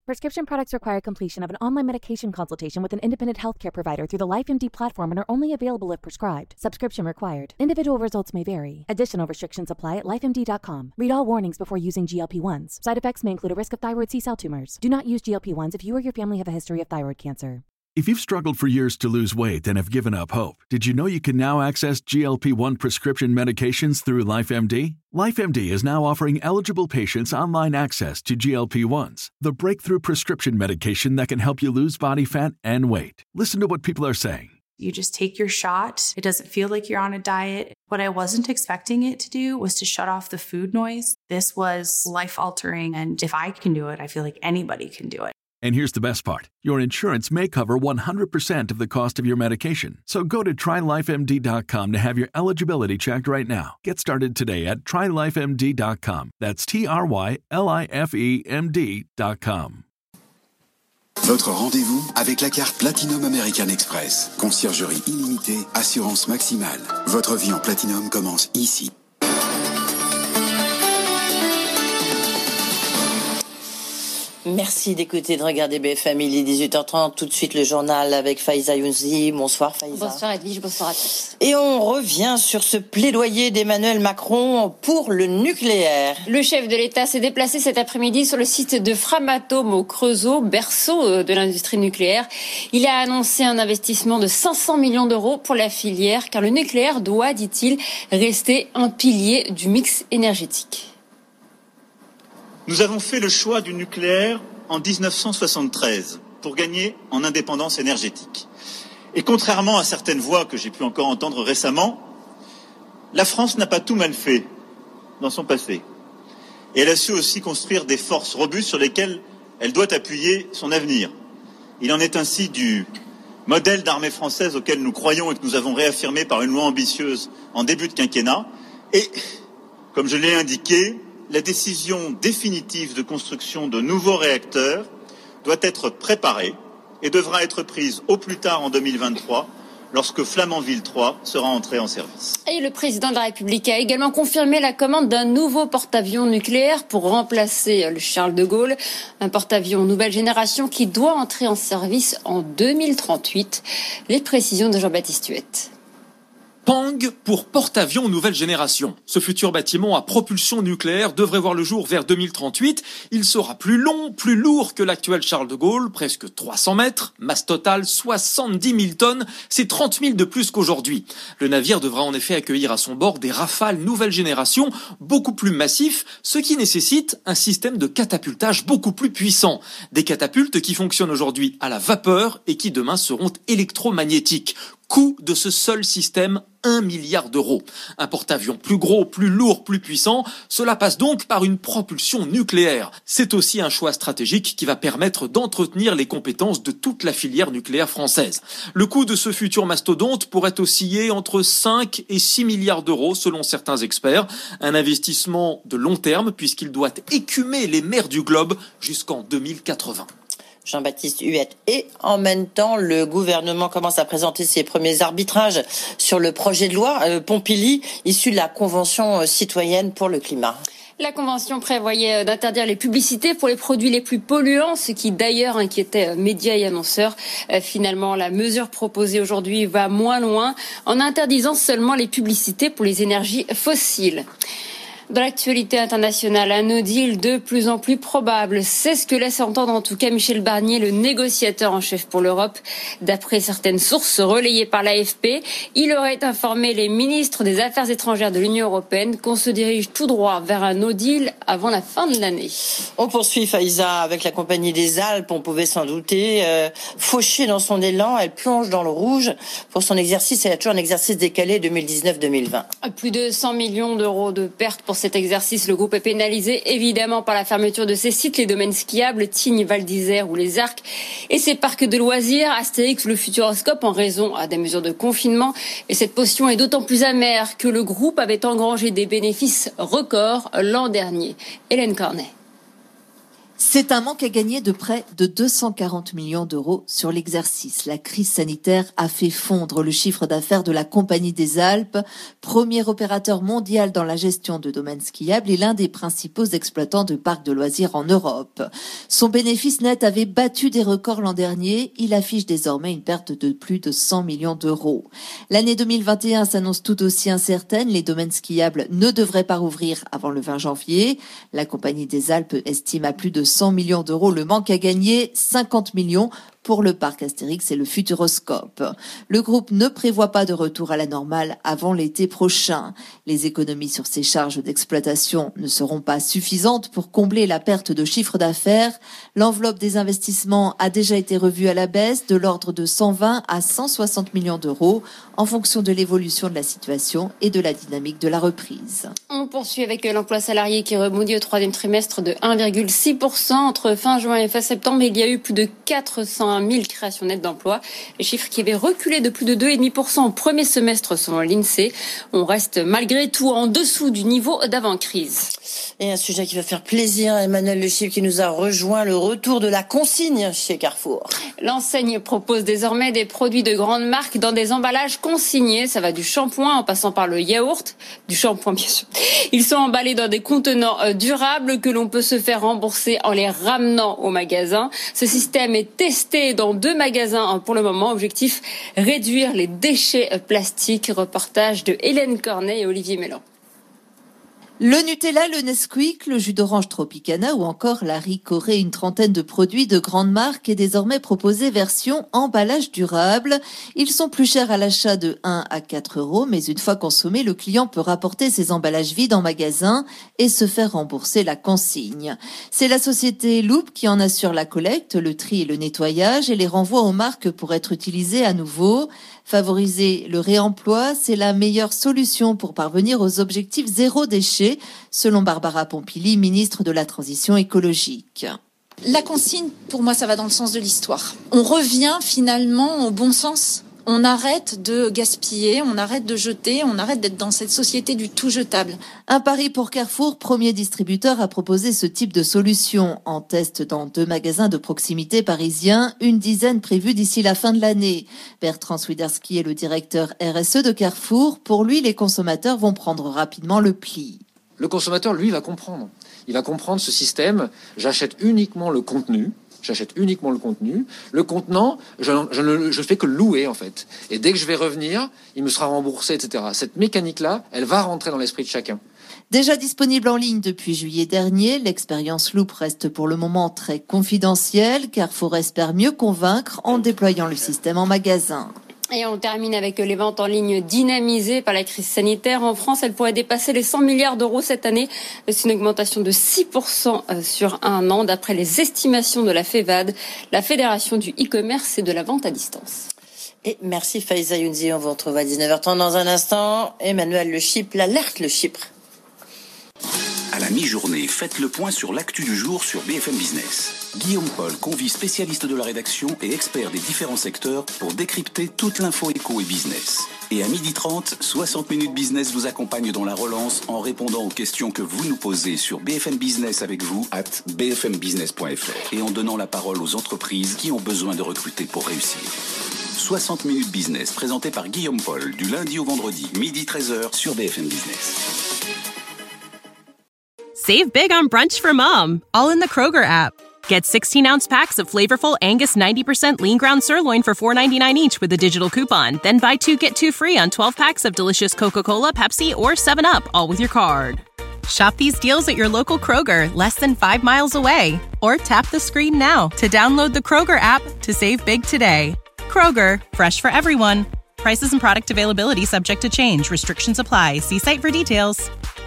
Prescription products require completion of an online medication consultation with an independent healthcare provider through the LifeMD platform and are only available if prescribed. Subscription required. Individual results may vary. Additional restrictions apply at lifemd.com. Read all warnings before using GLP-1s. Side effects may include a risk of thyroid C-cell tumors. Do not use GLP-1s if you or your family have a history of thyroid cancer. If you've struggled for years to lose weight and have given up hope, did you know you can now access GLP-1 prescription medications through LifeMD? LifeMD is now offering eligible patients online access to GLP-1s, the breakthrough prescription medication that can help you lose body fat and weight. Listen to what people are saying. You just take your shot. It doesn't feel like you're on a diet. What I wasn't expecting it to do was to shut off the food noise. This was life-altering, and if I can do it, I feel like anybody can do it. And here's the best part. Your insurance may cover 100% of the cost of your medication. So go to trylifemd.com to have your eligibility checked right now. Get started today at trylifemd.com. That's TRYLIFEMD.com. Votre rendez-vous avec la carte Platinum American Express. Conciergerie illimitée, assurance maximale. Votre vie en Platinum commence ici. Merci d'écouter, de regarder BFM, il est 18h30, tout de suite le journal avec Faiza Younsi. Bonsoir Faiza. Bonsoir Edwige, bonsoir à tous. Et on revient sur ce plaidoyer d'Emmanuel Macron pour le nucléaire. Le chef de l'État s'est déplacé cet après-midi sur le site de Framatome au Creusot, berceau de l'industrie nucléaire. Il a annoncé un investissement de 500 millions d'euros pour la filière, car le nucléaire doit, dit-il, rester un pilier du mix énergétique. Nous avons fait le choix du nucléaire en 1973 pour gagner en indépendance énergétique. Et contrairement à certaines voix que j'ai pu encore entendre récemment, la France n'a pas tout mal fait dans son passé. Et elle a su aussi construire des forces robustes sur lesquelles elle doit appuyer son avenir. Il en est ainsi du modèle d'armée française auquel nous croyons et que nous avons réaffirmé par une loi ambitieuse en début de quinquennat. Et, comme je l'ai indiqué, la décision définitive de construction de nouveaux réacteurs doit être préparée et devra être prise au plus tard en 2023, lorsque Flamanville 3 sera entré en service. Et le président de la République a également confirmé la commande d'un nouveau porte-avions nucléaire pour remplacer le Charles de Gaulle, un porte-avions nouvelle génération qui doit entrer en service en 2038. Les précisions de Jean-Baptiste Huette. Pang pour porte-avions nouvelle génération. Ce futur bâtiment à propulsion nucléaire devrait voir le jour vers 2038. Il sera plus long, plus lourd que l'actuel Charles de Gaulle, presque 300 mètres, masse totale 70 000 tonnes, c'est 30 000 de plus qu'aujourd'hui. Le navire devra en effet accueillir à son bord des Rafales nouvelle génération, beaucoup plus massifs, ce qui nécessite un système de catapultage beaucoup plus puissant. Des catapultes qui fonctionnent aujourd'hui à la vapeur et qui demain seront électromagnétiques. Coût de ce seul système, 1 milliard d'euros. Un porte-avions plus gros, plus lourd, plus puissant, cela passe donc par une propulsion nucléaire. C'est aussi un choix stratégique qui va permettre d'entretenir les compétences de toute la filière nucléaire française. Le coût de ce futur mastodonte pourrait osciller entre 5 et 6 milliards d'euros selon certains experts. Un investissement de long terme puisqu'il doit écumer les mers du globe jusqu'en 2080. Jean-Baptiste Huette. Et en même temps, le gouvernement commence à présenter ses premiers arbitrages sur le projet de loi Pompili, issu de la Convention citoyenne pour le climat. La Convention prévoyait d'interdire les publicités pour les produits les plus polluants, ce qui d'ailleurs inquiétait médias et annonceurs. Finalement, la mesure proposée aujourd'hui va moins loin en interdisant seulement les publicités pour les énergies fossiles. Dans l'actualité internationale, un no deal de plus en plus probable. C'est ce que laisse entendre en tout cas Michel Barnier, le négociateur en chef pour l'Europe. D'après certaines sources relayées par l'AFP, il aurait informé les ministres des Affaires étrangères de l'Union européenne qu'on se dirige tout droit vers un no deal avant la fin de l'année. On poursuit Faiza avec la Compagnie des Alpes, on pouvait s'en douter. Fauchée dans son élan, elle plonge dans le rouge. Pour son exercice, elle a toujours un exercice décalé 2019-2020. Plus de 100 millions d'euros de pertes pour cet exercice. Le groupe est pénalisé évidemment par la fermeture de ses sites, les domaines skiables, Tignes, Val d'Isère ou les Arcs, et ses parcs de loisirs, Astérix ou le Futuroscope, en raison des mesures de confinement. Et cette potion est d'autant plus amère que le groupe avait engrangé des bénéfices records l'an dernier. Hélène Cornet. C'est un manque à gagner de près de 240 millions d'euros sur l'exercice. La crise sanitaire a fait fondre le chiffre d'affaires de la Compagnie des Alpes, premier opérateur mondial dans la gestion de domaines skiables et l'un des principaux exploitants de parcs de loisirs en Europe. Son bénéfice net avait battu des records l'an dernier. Il affiche désormais une perte de plus de 100 millions d'euros. L'année 2021 s'annonce tout aussi incertaine. Les domaines skiables ne devraient pas rouvrir avant le 20 janvier. La Compagnie des Alpes estime à plus de 100 millions d'euros le manque à gagner, 50 millions pour le parc Astérix et le Futuroscope. Le groupe ne prévoit pas de retour à la normale avant l'été prochain. Les économies sur ces charges d'exploitation ne seront pas suffisantes pour combler la perte de chiffre d'affaires. L'enveloppe des investissements a déjà été revue à la baisse de l'ordre de 120 à 160 millions d'euros en fonction de l'évolution de la situation et de la dynamique de la reprise. On poursuit avec l'emploi salarié qui rebondit au troisième trimestre de 1,6% entre fin juin et fin septembre. Il y a eu plus de 400 000 créations nettes d'emplois, les chiffres qui avaient reculé de plus de 2,5% au premier semestre selon l'INSEE. On reste malgré tout en dessous du niveau d'avant-crise. Et un sujet qui va faire plaisir à Emmanuel Le Chypre qui nous a rejoint, le retour de la consigne chez Carrefour. L'enseigne propose désormais des produits de grandes marques dans des emballages consignés. Ça va du shampoing en passant par le yaourt, du shampoing bien sûr. Ils sont emballés dans des contenants durables que l'on peut se faire rembourser en les ramenant au magasin. Ce système est testé dans 2 magasins pour le moment. Objectif, réduire les déchets plastiques. Reportage de Hélène Cornet et Olivier Mélan. Le Nutella, le Nesquik, le jus d'orange Tropicana ou encore la Ricoré, une trentaine de produits de grandes marques est désormais proposée version emballage durable. Ils sont plus chers à l'achat de 1 à 4 euros, mais une fois consommés, le client peut rapporter ses emballages vides en magasin et se faire rembourser la consigne. C'est la société Loop qui en assure la collecte, le tri et le nettoyage et les renvoie aux marques pour être utilisés à nouveau. Favoriser le réemploi, c'est la meilleure solution pour parvenir aux objectifs zéro déchet, selon Barbara Pompili, ministre de la Transition écologique. La consigne, pour moi, ça va dans le sens de l'histoire. On revient finalement au bon sens. On arrête de gaspiller, on arrête de jeter, on arrête d'être dans cette société du tout jetable. Un pari pour Carrefour, premier distributeur à proposer ce type de solution. En test dans 2 magasins de proximité parisiens, une dizaine prévue d'ici la fin de l'année. Bertrand Swiderski est le directeur RSE de Carrefour. Pour lui, les consommateurs vont prendre rapidement le pli. Le consommateur, lui, va comprendre. Il va comprendre ce système. J'achète uniquement le contenu. Le contenant, je fais que le louer, en fait. Et dès que je vais revenir, il me sera remboursé, etc. Cette mécanique-là, elle va rentrer dans l'esprit de chacun. Déjà disponible en ligne depuis juillet dernier, l'expérience Loop reste pour le moment très confidentielle. Carrefour espère mieux convaincre en déployant le système en magasin. Et on termine avec les ventes en ligne dynamisées par la crise sanitaire. En France, elles pourraient dépasser les 100 milliards d'euros cette année. C'est une augmentation de 6% sur un an, d'après les estimations de la FEVAD, la Fédération du e-commerce et de la vente à distance. Et merci Faiza Younzi, on vous retrouve à 19h30 dans un instant. Emmanuel Le Chypre, l'alerte Le Chypre. À la mi-journée, faites le point sur l'actu du jour sur BFM Business. Guillaume Paul convie spécialistes de la rédaction et experts des différents secteurs pour décrypter toute l'info éco et business. Et à 12h30, 60 minutes business vous accompagne dans la relance en répondant aux questions que vous nous posez sur BFM Business avec vous @bfmbusiness.fr et en donnant la parole aux entreprises qui ont besoin de recruter pour réussir. 60 minutes business présenté par Guillaume Paul du lundi au vendredi, 12h-13h sur BFM Business. Save big on brunch for mom, all in the Kroger app. Get 16-ounce packs of flavorful Angus 90% lean ground sirloin for $4.99 each with a digital coupon. Then buy 2, get 2 free on 12 packs of delicious Coca-Cola, Pepsi, or 7-Up, all with your card. Shop these deals at your local Kroger, less than 5 miles away. Or tap the screen now to download the Kroger app to save big today. Kroger, fresh for everyone. Prices and product availability subject to change. Restrictions apply. See site for details.